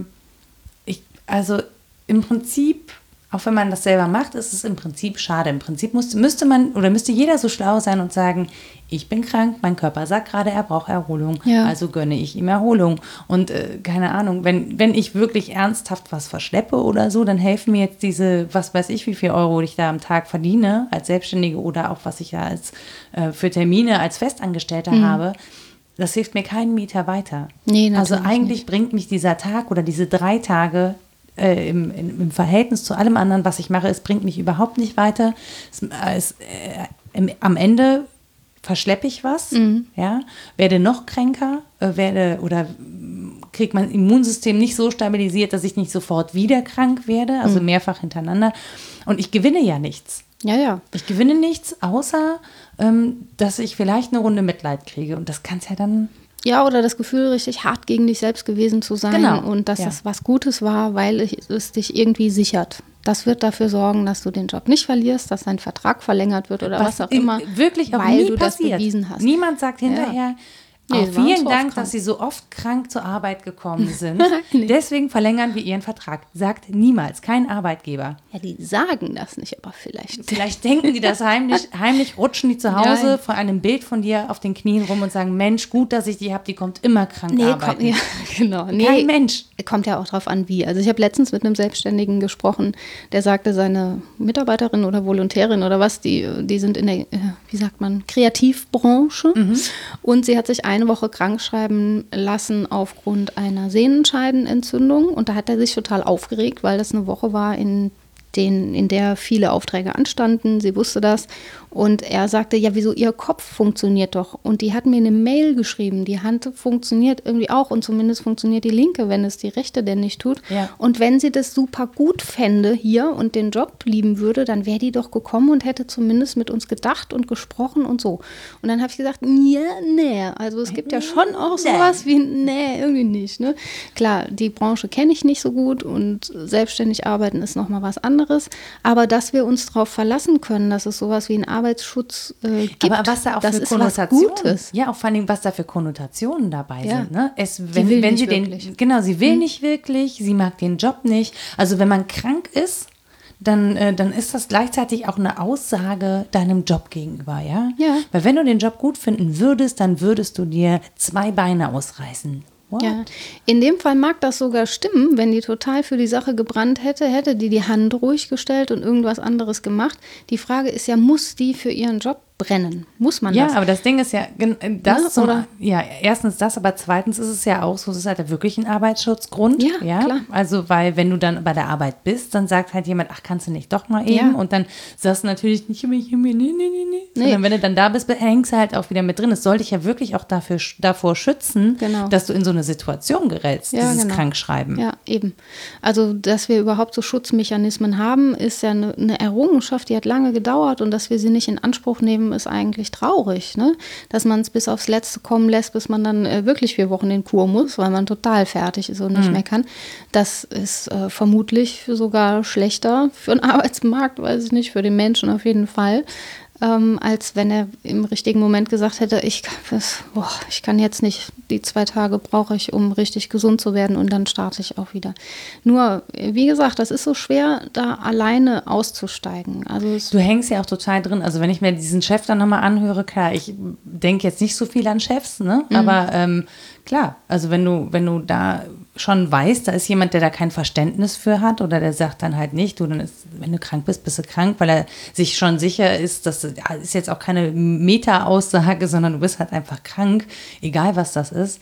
im Prinzip, auch wenn man das selber macht, ist es im Prinzip schade. Im Prinzip müsste jeder so schlau sein und sagen, ich bin krank, mein Körper sagt gerade, er braucht Erholung, also gönne ich ihm Erholung. Und keine Ahnung, wenn ich wirklich ernsthaft was verschleppe oder so, dann helfen mir jetzt diese, was weiß ich, wie viel Euro ich da am Tag verdiene als Selbstständige oder auch was ich ja für Termine als Festangestellter habe. Das hilft mir keinen Meter weiter. Nee, also eigentlich bringt mich dieser Tag oder diese 3 Tage im Verhältnis zu allem anderen, was ich mache, es bringt mich überhaupt nicht weiter. Am Ende verschleppe ich was, werde noch kränker, kriegt mein Immunsystem nicht so stabilisiert, dass ich nicht sofort wieder krank werde, also mehrfach hintereinander. Und ich gewinne ja nichts. Ja. Ich gewinne nichts, außer dass ich vielleicht eine Runde Mitleid kriege. Und das kann es ja dann... Ja, oder das Gefühl, richtig hart gegen dich selbst gewesen zu sein und dass das was Gutes war, weil es dich irgendwie sichert. Das wird dafür sorgen, dass du den Job nicht verlierst, dass dein Vertrag verlängert wird oder was auch immer. Wirklich auch weil nie du passiert. Das bewiesen hast. Niemand sagt hinterher, Nee, auch sie waren vielen zu oft Dank, krank. dass Sie so oft krank zur Arbeit gekommen sind. Deswegen verlängern wir Ihren Vertrag. Sagt niemals, kein Arbeitgeber. Ja, die sagen das nicht, aber vielleicht. Vielleicht denken die das heimlich, heimlich rutschen die zu Hause Nein. vor einem Bild von dir auf den Knien rum und sagen, Mensch, gut, dass ich die habe, die kommt immer krank arbeiten. Ja, genau. Kein Mensch. Kommt ja auch drauf an, wie. Also ich habe letztens mit einem Selbstständigen gesprochen, der sagte, seine Mitarbeiterin oder Volontärin oder was, die sind in der, wie sagt man, Kreativbranche. Und sie hat sich eine Woche krank schreiben lassen aufgrund einer Sehnenscheidenentzündung. Und da hat er sich total aufgeregt, weil das eine Woche war, in der viele Aufträge anstanden. Sie wusste das. Und er sagte, ja, wieso, ihr Kopf funktioniert doch. Und die hat mir eine Mail geschrieben, die Hand funktioniert irgendwie auch und zumindest funktioniert die linke, wenn es die rechte denn nicht tut. Ja. Und wenn sie das super gut fände hier und den Job lieben würde, dann wäre die doch gekommen und hätte zumindest mit uns gedacht und gesprochen und so. Und dann habe ich gesagt, ja, nee, also es gibt ja schon auch sowas wie, nee, irgendwie nicht. Ne? Klar, die Branche kenne ich nicht so gut und selbstständig arbeiten ist nochmal was anderes. Aber dass wir uns darauf verlassen können, dass es sowas wie ein Arbeitsschutz gibt, Aber was da auch das für ist was Konnotationen, Gutes. ja, auch vor allem, was da für Konnotationen dabei Ja. sind. Ne? will Wenn nicht sie wirklich. sie will nicht wirklich, sie mag den Job nicht. Also wenn man krank ist, dann ist das gleichzeitig auch eine Aussage deinem Job gegenüber, ja? Ja. Weil wenn du den Job gut finden würdest, dann würdest du dir 2 Beine ausreißen. What? Ja, in dem Fall mag das sogar stimmen, wenn die total für die Sache gebrannt hätte die Hand ruhig gestellt und irgendwas anderes gemacht. Die Frage ist ja, muss die für ihren Job brennen? Muss man Ja, das? aber das Ding ist ja, oder? Erstens das, aber zweitens ist es ja auch so, es ist halt ja wirklich ein Arbeitsschutzgrund. Ja, klar. Also, weil wenn du dann bei der Arbeit bist, dann sagt halt jemand, ach, kannst du nicht doch mal eben? Ja. Und dann sagst du natürlich nicht immer, nee. Sondern wenn du dann da bist, hängst du halt auch wieder mit drin. Es soll dich ja wirklich auch davor schützen, Genau. dass du in so eine Situation gerätst, dieses genau. Krankschreiben. Ja, eben. Also, dass wir überhaupt so Schutzmechanismen haben, ist ja eine Errungenschaft, die hat lange gedauert und dass wir sie nicht in Anspruch nehmen, ist eigentlich traurig, ne? Dass man es bis aufs Letzte kommen lässt, bis man dann wirklich 4 Wochen in Kur muss, weil man total fertig ist und nicht mehr kann. Das ist vermutlich sogar schlechter für den Arbeitsmarkt, weiß ich nicht, für den Menschen auf jeden Fall, als wenn er im richtigen Moment gesagt hätte, ich kann jetzt nicht, die 2 Tage brauche ich, um richtig gesund zu werden und dann starte ich auch wieder. Nur, wie gesagt, das ist so schwer, da alleine auszusteigen. Also Du hängst ja auch total drin. Also wenn ich mir diesen Chef dann nochmal anhöre, klar, ich denke jetzt nicht so viel an Chefs, ne? Aber klar, also wenn du da schon weißt, da ist jemand, der da kein Verständnis für hat oder der sagt dann halt nicht, wenn du krank bist, bist du krank, weil er sich schon sicher ist, das ist jetzt auch keine Meta-Aussage, sondern du bist halt einfach krank, egal was das ist.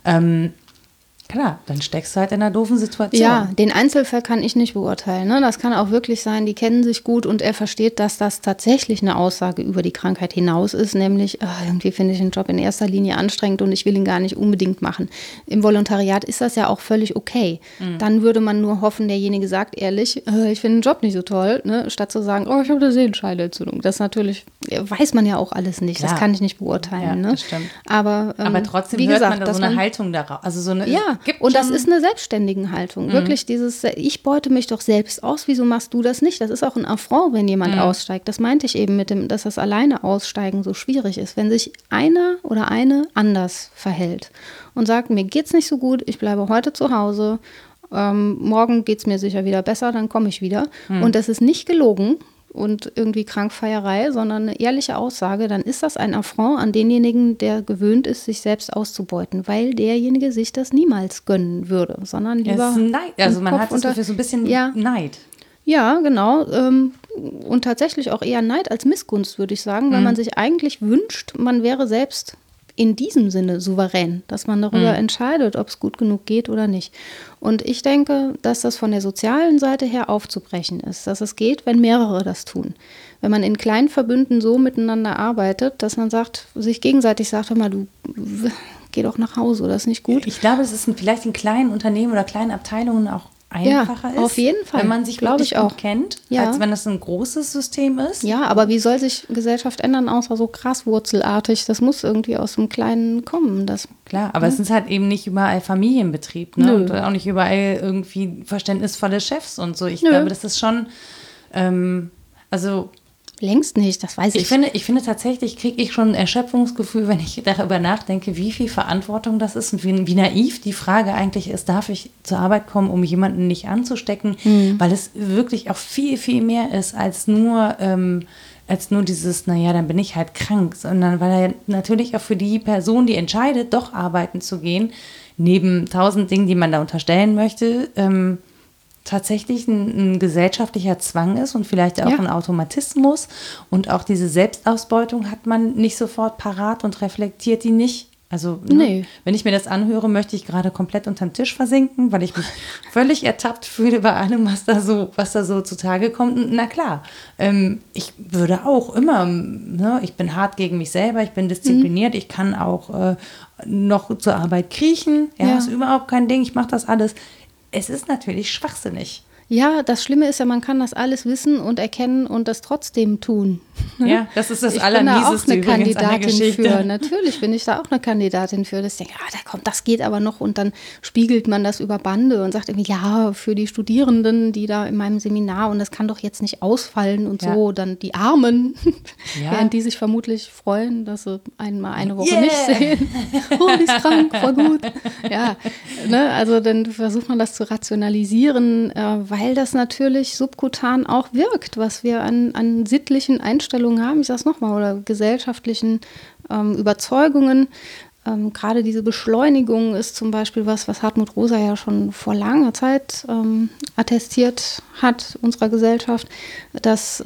Klar, dann steckst du halt in einer doofen Situation. Ja, den Einzelfall kann ich nicht beurteilen. Ne? Das kann auch wirklich sein, die kennen sich gut und er versteht, dass das tatsächlich eine Aussage über die Krankheit hinaus ist, nämlich irgendwie finde ich den Job in erster Linie anstrengend und ich will ihn gar nicht unbedingt machen. Im Volontariat ist das ja auch völlig okay. Dann würde man nur hoffen, derjenige sagt ehrlich, ich finde den Job nicht so toll, ne? Statt zu sagen, ich habe eine Sehenscheidenentzündung. Das natürlich, weiß man ja auch alles nicht, Klar. Das kann ich nicht beurteilen. Ja, ne? das stimmt. Aber trotzdem wie hört gesagt, man da so eine Haltung darauf. Also so eine, ja, gibt und das schon- ist eine Selbstständigenhaltung. Wirklich dieses, ich beute mich doch selbst aus, wieso machst du das nicht? Das ist auch ein Affront, wenn jemand aussteigt. Das meinte ich eben mit dem, dass das alleine Aussteigen so schwierig ist. Wenn sich einer oder eine anders verhält und sagt, mir geht's nicht so gut, ich bleibe heute zu Hause, morgen geht's mir sicher wieder besser, dann komme ich wieder. Und das ist nicht gelogen und irgendwie Krankfeierei, sondern eine ehrliche Aussage, dann ist das ein Affront an denjenigen, der gewöhnt ist, sich selbst auszubeuten, weil derjenige sich das niemals gönnen würde, sondern Ja, lieber es ist Neid. Also im man Kopf hat das Gefühl, so ein bisschen Ja. Neid. Ja, genau. Und tatsächlich auch eher Neid als Missgunst, würde ich sagen, weil man sich eigentlich wünscht, man wäre selbst in diesem Sinne souverän, dass man darüber entscheidet, ob es gut genug geht oder nicht. Und ich denke, dass das von der sozialen Seite her aufzubrechen ist, dass es geht, wenn mehrere das tun. Wenn man in kleinen Verbünden so miteinander arbeitet, dass man sich gegenseitig sagt, hör mal, du geh doch nach Hause, das ist nicht gut. Ich glaube, es ist vielleicht in kleinen Unternehmen oder kleinen Abteilungen auch einfacher ist, auf jeden Fall. wenn man sich Glaube wirklich ich auch. gut kennt, Ja. als wenn es ein großes System ist. Ja, aber wie soll sich Gesellschaft ändern, außer so graswurzelartig? Das muss irgendwie aus dem Kleinen kommen. Klar, aber es ist halt eben nicht überall Familienbetrieb, ne? Nö. Und auch nicht überall irgendwie verständnisvolle Chefs und so. Ich Nö. glaube, das ist schon, also Längst nicht, das weiß ich. Ich finde tatsächlich, kriege ich schon ein Erschöpfungsgefühl, wenn ich darüber nachdenke, wie viel Verantwortung das ist und wie naiv die Frage eigentlich ist, darf ich zur Arbeit kommen, um jemanden nicht anzustecken, weil es wirklich auch viel, viel mehr ist als nur dieses, naja, dann bin ich halt krank, sondern weil er natürlich auch für die Person, die entscheidet, doch arbeiten zu gehen, neben 1000 Dingen, die man da unterstellen möchte, tatsächlich ein gesellschaftlicher Zwang ist und vielleicht auch ein Automatismus. Und auch diese Selbstausbeutung hat man nicht sofort parat und reflektiert die nicht. Also, wenn ich mir das anhöre, möchte ich gerade komplett unterm Tisch versinken, weil ich mich völlig ertappt fühle bei allem, was da so zutage kommt. Und na klar, ich würde auch immer, ich bin hart gegen mich selber, ich bin diszipliniert, ich kann auch noch zur Arbeit kriechen. Ja, ist überhaupt kein Ding, ich mache das alles. Es ist natürlich schwachsinnig. Ja, das Schlimme ist ja, man kann das alles wissen und erkennen und das trotzdem tun. Ja, das ist das Allermieseste übrigens an der Geschichte. Natürlich bin ich da auch eine Kandidatin für. Das denke, das geht aber noch. Und dann spiegelt man das über Bande und sagt irgendwie, ja, für die Studierenden, die da in meinem Seminar, und das kann doch jetzt nicht ausfallen und so. Dann die Armen, während die sich vermutlich freuen, dass sie einmal eine Woche nicht sehen. Oh, die ist krank, voll gut. Ja, also dann versucht man das zu rationalisieren, weil das natürlich subkutan auch wirkt, was wir an sittlichen Einstellungen haben, ich sage es nochmal, oder gesellschaftlichen Überzeugungen. Gerade diese Beschleunigung ist zum Beispiel was Hartmut Rosa ja schon vor langer Zeit attestiert hat, unserer Gesellschaft, dass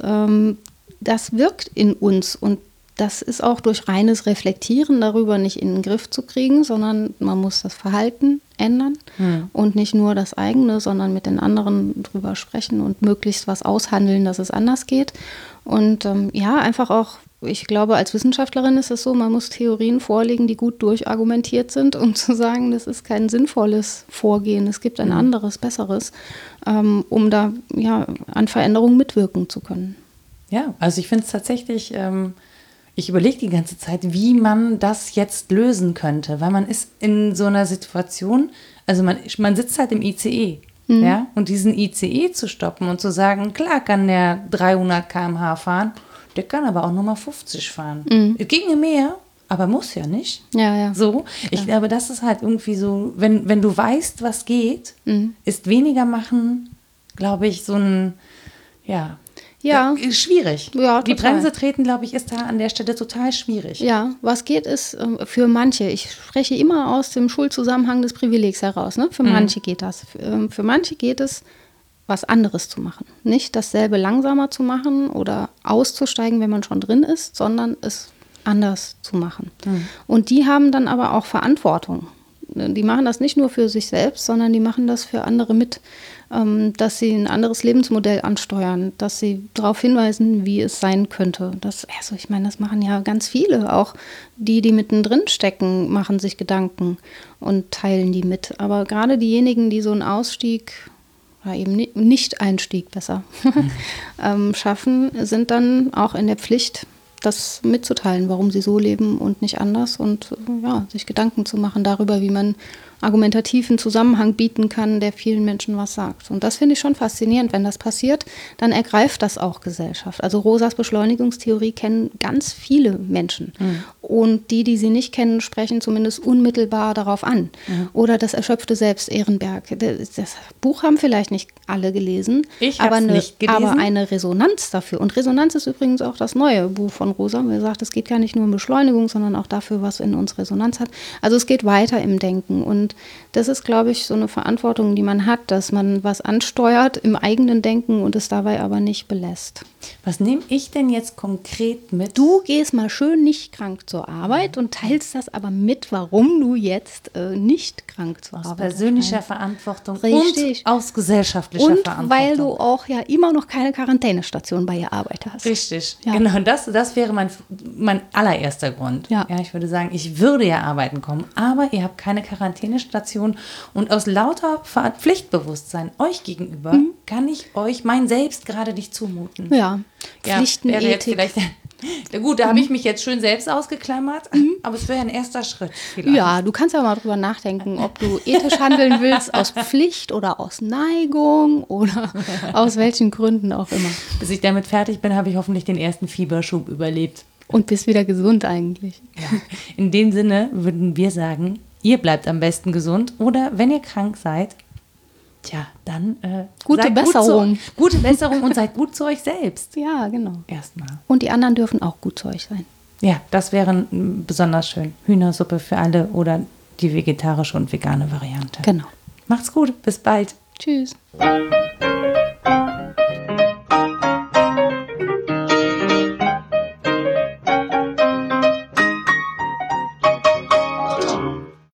das wirkt in uns, und das ist auch durch reines Reflektieren darüber nicht in den Griff zu kriegen, sondern man muss das Verhalten ändern und nicht nur das eigene, sondern mit den anderen drüber sprechen und möglichst was aushandeln, dass es anders geht. Und einfach auch, ich glaube, als Wissenschaftlerin ist es so, man muss Theorien vorlegen, die gut durchargumentiert sind, um zu sagen, das ist kein sinnvolles Vorgehen, es gibt ein anderes, besseres, um da an Veränderungen mitwirken zu können. Ja, also ich finde es tatsächlich... Ich überlege die ganze Zeit, wie man das jetzt lösen könnte, weil man ist in so einer Situation, also man sitzt halt im ICE, ja, und diesen ICE zu stoppen und zu sagen, klar kann der 300 km/h fahren, der kann aber auch nur mal 50 fahren. Es ginge mehr, aber muss ja nicht. Ja. So, ich glaube, das ist halt irgendwie so, wenn du weißt, was geht, ist weniger machen, glaube ich, so ein, ist schwierig. Ja, die Bremse treten, glaube ich, ist da an der Stelle total schwierig. Ja, was geht, ist für manche, ich spreche immer aus dem Schuldzusammenhang des Privilegs heraus, ne? Für manche geht das. Für manche geht es, was anderes zu machen. Nicht dasselbe langsamer zu machen oder auszusteigen, wenn man schon drin ist, sondern es anders zu machen. Und die haben dann aber auch Verantwortung. Die machen das nicht nur für sich selbst, sondern die machen das für andere mit, dass sie ein anderes Lebensmodell ansteuern, dass sie darauf hinweisen, wie es sein könnte. Das machen ja ganz viele, auch die mittendrin stecken, machen sich Gedanken und teilen die mit. Aber gerade diejenigen, die so einen Ausstieg, oder eben Nicht-Einstieg besser, schaffen, sind dann auch in der Pflicht, das mitzuteilen, warum sie so leben und nicht anders, und sich Gedanken zu machen darüber, wie man argumentativen Zusammenhang bieten kann, der vielen Menschen was sagt. Und das finde ich schon faszinierend. Wenn das passiert, dann ergreift das auch Gesellschaft. Also Rosas Beschleunigungstheorie kennen ganz viele Menschen. Und die sie nicht kennen, sprechen zumindest unmittelbar darauf an. Oder das erschöpfte Selbst, Ehrenberg. Das Buch haben vielleicht nicht alle gelesen, aber eine Resonanz dafür. Und Resonanz ist übrigens auch das neue Buch von Rosa. Er sagt, es geht gar nicht nur um Beschleunigung, sondern auch dafür, was in uns Resonanz hat. Also es geht weiter im Denken. Und das ist, glaube ich, so eine Verantwortung, die man hat, dass man was ansteuert im eigenen Denken und es dabei aber nicht belässt. Was nehme ich denn jetzt konkret mit? Du gehst mal schön nicht krank zur Arbeit und teilst das aber mit, warum du jetzt nicht krank zur Arbeit aus persönlicher Verantwortung. Richtig. Und aus gesellschaftlicher Verantwortung. Und weil du auch ja immer noch keine Quarantänestation bei der Arbeit hast. Richtig, genau. Das wäre mein allererster Grund. Ja, ich würde sagen, ich würde ja arbeiten kommen, aber ihr habt keine Quarantänestation, und aus lauter Pflichtbewusstsein euch gegenüber kann ich euch mein Selbst gerade nicht zumuten. Ja, Pflichtenethik. Wäre jetzt vielleicht Ja, gut, da habe ich mich jetzt schön selbst ausgeklammert, aber es wäre ein erster Schritt vielleicht. Ja, du kannst ja mal drüber nachdenken, ob du ethisch handeln willst, aus Pflicht oder aus Neigung oder aus welchen Gründen auch immer. Bis ich damit fertig bin, habe ich hoffentlich den ersten Fieberschub überlebt. Und bist wieder gesund eigentlich. Ja. In dem Sinne würden wir sagen, ihr bleibt am besten gesund oder wenn ihr krank seid, tja, dann gute Besserung. Gute Besserung und seid gut zu euch selbst. Ja, genau. Erstmal. Und die anderen dürfen auch gut zu euch sein. Ja, das wäre besonders schön. Hühnersuppe für alle oder die vegetarische und vegane Variante. Genau. Macht's gut, bis bald. Tschüss.